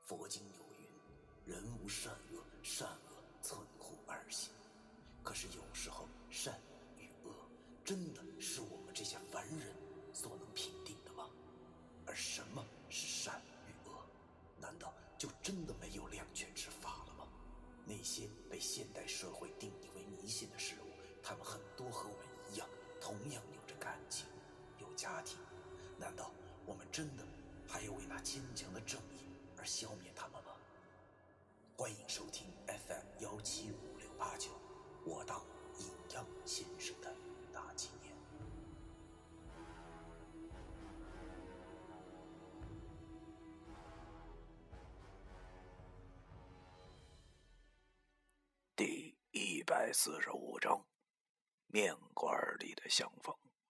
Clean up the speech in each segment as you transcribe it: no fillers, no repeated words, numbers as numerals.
佛经有云，人无善恶，善恶存乎二心。可是有时候善与恶真的是我们这些凡人所能评定的吗？而什么是善与恶？难道就真的没有两全之法了吗？那些被现代社会定义为迷信的事物，他们很多和我们一样，同样有着感情，有家庭。难道我们真的还要为那坚强的正义而消灭他们吗？欢迎收听 FM1755689，我当阴阳先生的大纪念。第145章，面馆里的相逢。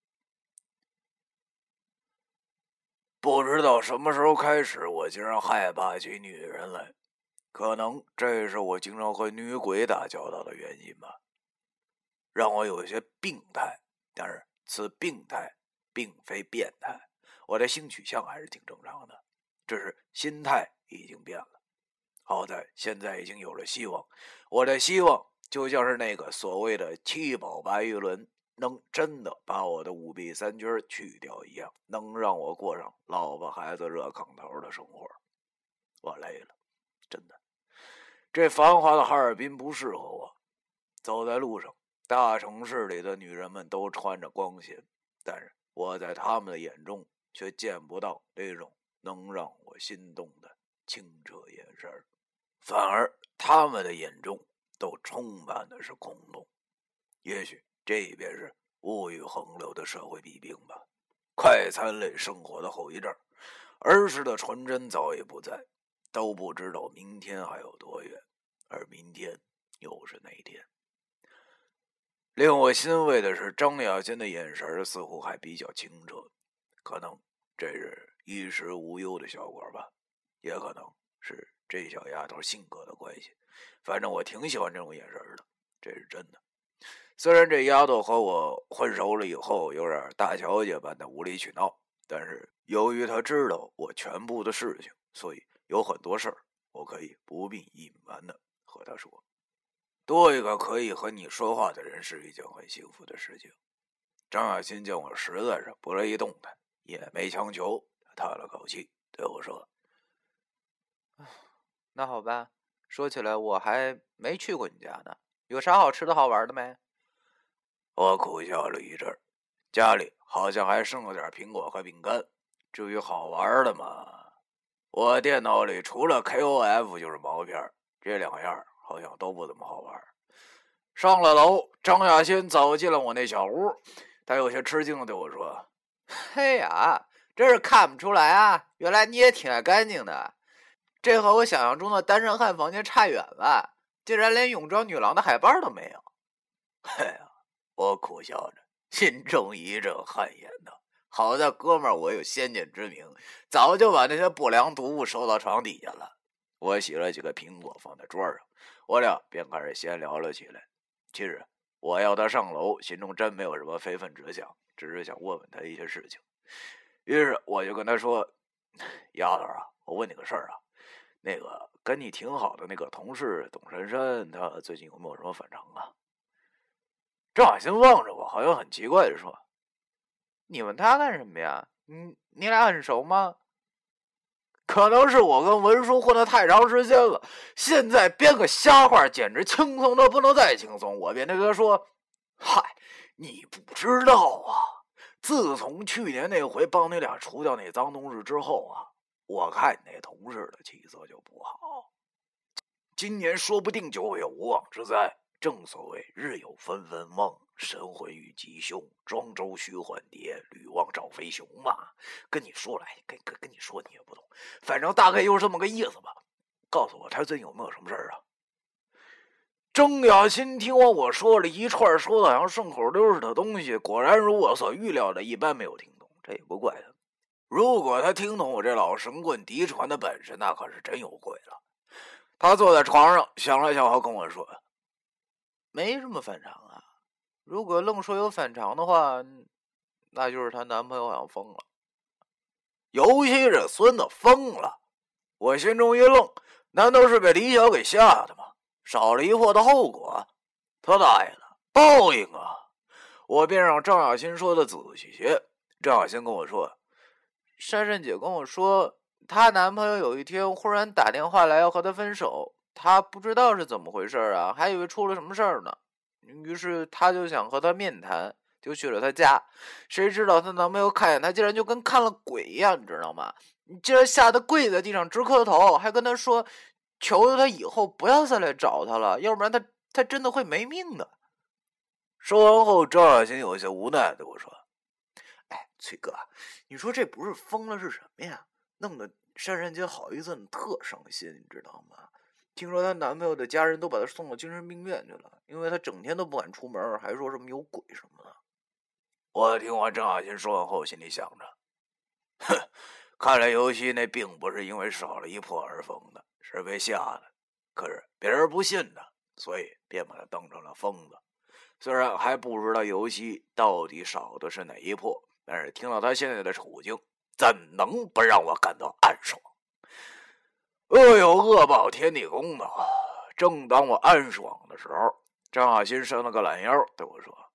不知道什么时候开始，我竟然害怕起女人来，可能这是我经常和女鬼打交道的原因吧，让我有些病态。但是此病态并非变态，我的性取向还是挺正常的，只是心态已经变了。好在现在已经有了希望，我的希望就像是那个所谓的七宝白玉轮，能真的把我的五弊三缺去掉一样，能让我过上老婆孩子热炕头的生活。我累了，真的，这繁华的哈尔滨不适合我。走在路上，大城市里的女人们都穿着光鲜，但是我在她们的眼中却见不到那种能让我心动的清澈眼神，反而她们的眼中都充满的是空洞。也许这便是物欲横流的社会弊病吧，快餐类生活的后遗症。儿时的纯真早已不在，都不知道明天还有多远，而明天又是哪天。令我欣慰的是，张雅欣的眼神似乎还比较清澈，可能这是衣食无忧的效果吧，也可能是这小丫头性格的关系。反正我挺喜欢这种眼神的，这是真的。虽然这丫头和我混熟了以后有点大小姐般的无理取闹，但是由于她知道我全部的事情，所以有很多事儿我可以不必隐瞒的和她说。多一个可以和你说话的人是一件很幸福的事情。张雅欣见我实在是不乐意动弹，也没强求，叹了口气对我说： 那好吧，说起来我还没去过你家呢，有啥好吃的好玩的没？ 我苦笑了一阵，家里好像还剩了点苹果和饼干，至于好玩的嘛，我电脑里除了 KOF 就是毛片，这两样好像都不怎么好玩。上了楼，张雅欣走进了我那小屋，她有些吃惊的对我说： 嘿呀，真是看不出来啊，原来你也挺爱干净的，这和我想象中的单身汉房间差远了，竟然连泳装女郎的海报都没有。 嘿呀，我苦笑着，心中一阵汗颜的。好在哥们儿我有先见之明，早就把那些不良毒物收到床底下了。我洗了几个苹果放在桌上，我俩便开始闲聊了起来。其实我要他上楼，心中真没有什么非分之想，只是想问问他一些事情。于是我就跟他说：丫头啊，我问你个事儿啊，那个跟你挺好的那个同事董珊珊，她最近有没有什么反常啊？张雅欣望着我，好像很奇怪的说： 你问他干什么呀？你俩很熟吗？ 可能是我跟文叔混得太长时间了，现在编个瞎话简直轻松的不能再轻松。我便对他说：嗨，你不知道啊，自从去年那回帮你俩除掉那脏东西之后啊，我看那同事的气色就不好，今年说不定就会有无妄之灾。正所谓日有纷纷梦，神魂遇吉凶，庄周须换蝶，吕望找飞熊嘛。跟你说来，跟你说你也不懂，反正大概就是这么个意思吧。告诉我他最近有没有什么事儿啊？张雅欣听完我说了一串说的好像顺口溜似的东西，果然如我所预料的，一般没有听懂。这也不怪他，如果他听懂我这老神棍嫡传的本事，那可是真有鬼了。他坐在床上想了想后跟我说： 没什么反常啊，如果愣说有反常的话，那就是她男朋友好像疯了。 尤其这孙子疯了， 我心中一愣，难道是被李晓给吓的吗？少了一货的后果，他大爷的，报应啊！我便让张雅欣说的仔细些。张雅欣跟我说， 珊珊姐跟我说，她男朋友有一天忽然打电话来要和她分手，她不知道是怎么回事啊，还以为出了什么事儿呢。于是她就想和他面谈，就去了他家。谁知道她男朋友看见她，竟然就跟看了鬼一样，你知道吗？竟然吓得跪在地上直磕头，还跟她说求求她以后不要再来找她了，要不然她真的会没命的。 说完后，张雅欣有些无奈对我说， 哎，崔哥，你说这不是疯了是什么呀？弄得珊珊姐好一阵特伤心，你知道吗？听说她男朋友的家人都把她送到精神病院去了，因为她整天都不敢出门，还说什么有鬼什么的。 我听完张雅欣说完后，心里想着，哼，看来游戏那并不是因为少了一破而疯的，是被吓的。可是别人不信呢，所以便把他当成了疯子。虽然还不知道游戏到底少的是哪一破，但是听到他现在的处境，怎能不让我感到暗爽？恶有恶报，天地公道。正当我暗爽的时候，张雅欣伸了个懒腰对我说，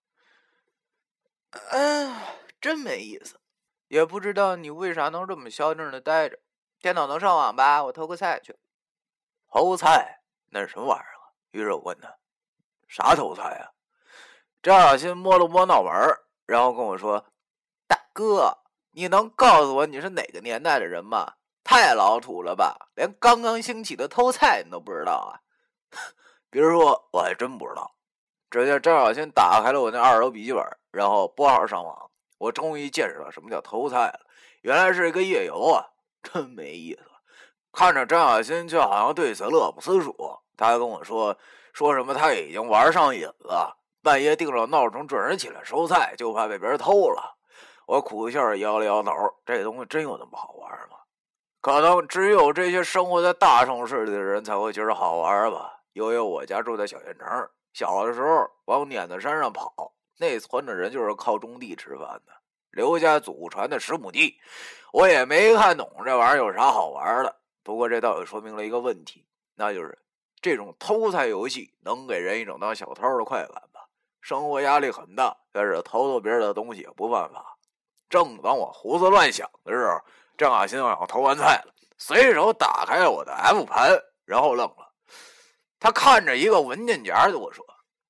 真没意思，也不知道你为啥能这么消停的待着。电脑能上网吧？我偷个菜去。 偷菜？那是什么玩意儿啊？于是我问他，啥偷菜啊？张雅欣摸了摸脑门，然后跟我说， 大哥，你能告诉我你是哪个年代的人吗？太老土了吧，连刚刚兴起的偷菜你都不知道啊？ 别说，我还真不知道。只见张小新打开了我那2楼笔记本，然后拨号上网。我终于见识到什么叫偷菜了，原来是一个夜游啊，真没意思。看着张小新却好像对此乐不思蜀，他还跟我说什么他已经玩上瘾了，半夜定了闹钟准时起来收菜，就怕被别人偷了。我苦笑着摇了摇头，这东西真有那么好玩吗？可能只有这些生活在大城市里的人才会觉得好玩吧。由于我家住在小县城，小的时候往碾子山上跑，那村的人就是靠种地吃饭的，刘家祖传的10亩地。我也没看懂这玩意儿有啥好玩的，不过这倒也说明了一个问题，那就是这种偷菜游戏能给人一种当小偷的快感吧。生活压力很大，但是偷别人的东西也不犯法。正当我胡思乱想的时候，张雅欣好像偷完菜了，随手打开了我的 F 盘，然后愣了。他看着一个文件夹对我说，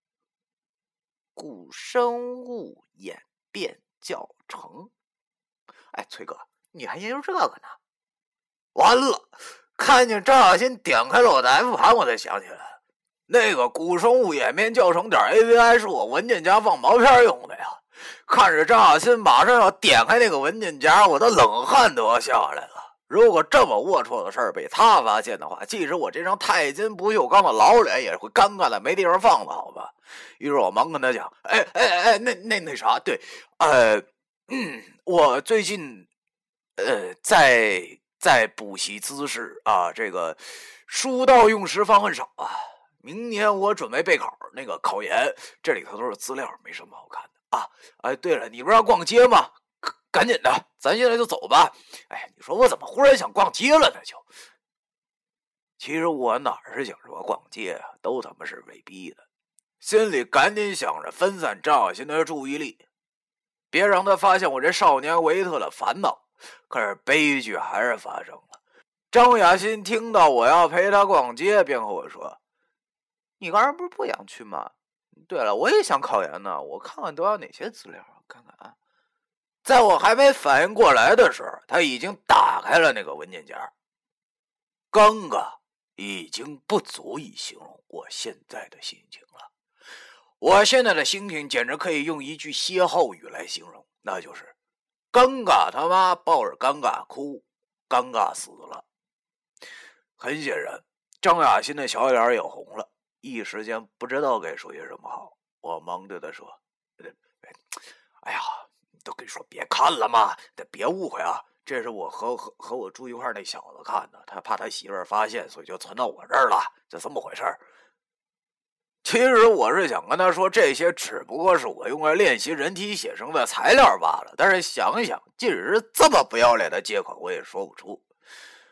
古生物演变教程。哎，崔哥，你还研究这个呢？ 完了，看见张雅欣点开了我的 F 盘，我才想起来，那个古生物演变教程点 AVI 是我文件夹放毛片用的呀。看着张雅欣马上要点开那个文件夹，我的冷汗都要下来了。如果这么龌龊的事儿被他发现的话，即使我这张钛金不锈钢的老脸也会尴尬的没地方放的，好吧？于是我忙跟他讲，那啥，对，我最近在补习姿势啊，这个书到用时方恨少啊。明年我准备备考，那个考研，这里头都是资料，没什么好看的啊。哎，对了，你不是要逛街吗？赶紧的，咱现在就走吧。哎，你说我怎么忽然想逛街了呢？其实我哪是想说逛街啊，都他妈是被逼的。心里赶紧想着分散张小新的注意力，别让他发现我这少年维特的烦恼。可是悲剧还是发生了。张雅欣听到我要陪他逛街，便和我说， 你刚才不是不想去吗？对了，我也想考研呢，我看看都要哪些资料，看看啊。 在我还没反应过来的时候，他已经打开了那个文件夹。尴尬已经不足以形容我现在的心情了。我现在的心情简直可以用一句歇后语来形容，那就是尴尬他妈抱着尴尬哭，尴尬死了。很显然，张雅欣的小脸也红了，一时间不知道该说些什么好。我忙对他说，哎呀，都跟你说别看了嘛，别误会啊，这是我和我住一块那小子看的，他怕他媳妇儿发现，所以就存到我这儿了，就这么回事儿。其实我是想跟他说，这些只不过是我用来练习人体写生的材料罢了，但是想想，即使是这么不要脸的借口，我也说不出。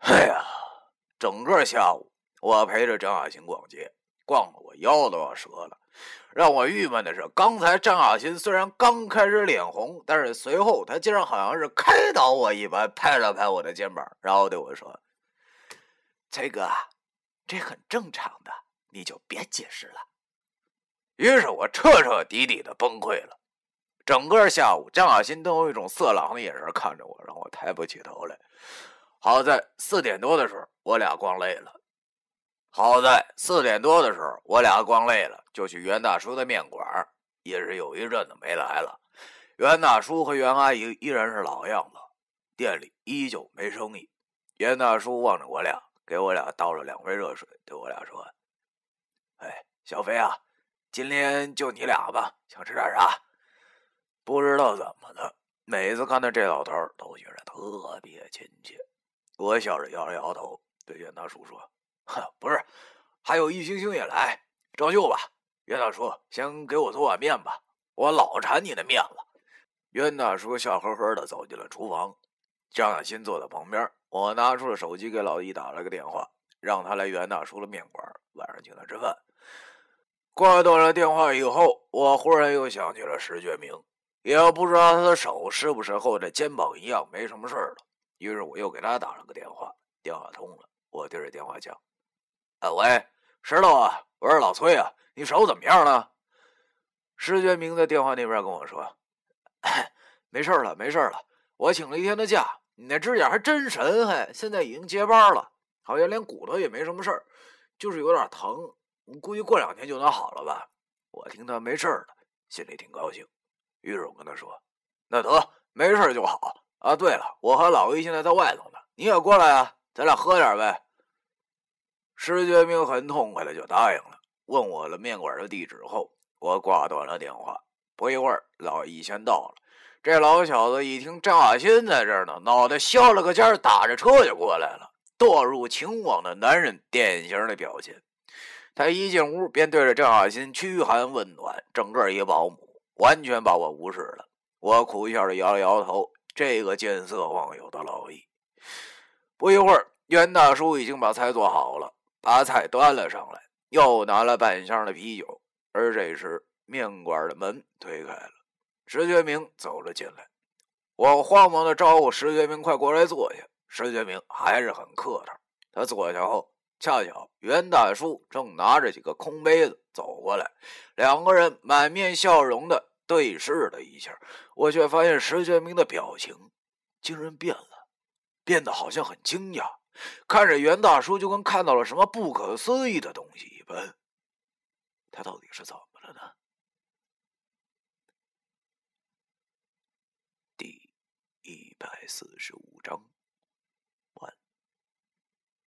哎呀，整个下午我陪着张亚新逛街，逛得我腰都要折了。让我郁闷的是，刚才张亚新虽然刚开始脸红，但是随后他竟然好像是开导我一般，拍了拍我的肩膀，然后对我说：“崔哥，这很正常的，你就别解释了。”于是我彻彻底底的崩溃了。整个下午，张亚新都用一种色狼的眼神看着我，让我抬不起头来。好在4点多的时候，我俩逛累了，就去袁大叔的面馆，也是有一阵子没来了。袁大叔和袁阿姨依然是老样子，店里依旧没生意。袁大叔望着我俩，给我俩倒了2杯热水，对我俩说：“哎，小飞啊，今天就你俩吧，想吃点啥？”不知道怎么的，每次看到这老头都觉得特别亲切。我笑着摇了摇头，对袁大叔说：“不是，还有易星星也来，照旧吧。袁大叔，先给我做碗面吧，我老馋你的面了。”袁大叔笑呵呵的走进了厨房，张亚新坐在旁边。我拿出了手机给老易打了个电话，让他来袁大叔的面馆，晚上请他吃饭。挂断了电话以后，我忽然又想起了石觉明，也不知道他的手是不是和我的肩膀一样没什么事了。于是我又给他打了个电话，电话通了，我对着电话讲：“喂，石头啊，我是老崔啊，你手怎么样了？”石觉明在电话那边跟我说：“没事了，没事了，我请了1天的假，你那指甲还真神，现在已经结疤了，好像连骨头也没什么事儿，就是有点疼，估计过2天就能好了吧。”我听他没事了，心里挺高兴，于是我跟他说：“那得，没事就好。啊，对了，我和老易现在在外头呢，你也过来啊，咱俩喝点呗。”石觉明很痛快的就答应了，问我了面馆的地址后，我挂断了电话。不一会儿，老易先到了。这老小子一听张亚新在这儿呢，脑袋削了个尖，打着车就过来了，堕入情网的男人典型的表现。他一进屋便对着张亚新嘘寒问暖，整个一保姆，完全把我无视了。我苦笑着摇了摇头，这个见色忘友的老易。不一会儿，袁大叔已经把菜做好了，把菜端了上来，又拿了半箱的啤酒。而这时，面馆的门推开了，石觉明走了进来。我慌忙的招呼石觉明快过来坐下，石觉明还是很客套。他坐下后，恰巧袁大叔正拿着几个空杯子走过来，两个人满面笑容的对视了一下，我却发现石觉明的表情竟然变了，变得好像很惊讶，看着袁大叔就跟看到了什么不可思议的东西一般。他到底是怎么了呢？第145章。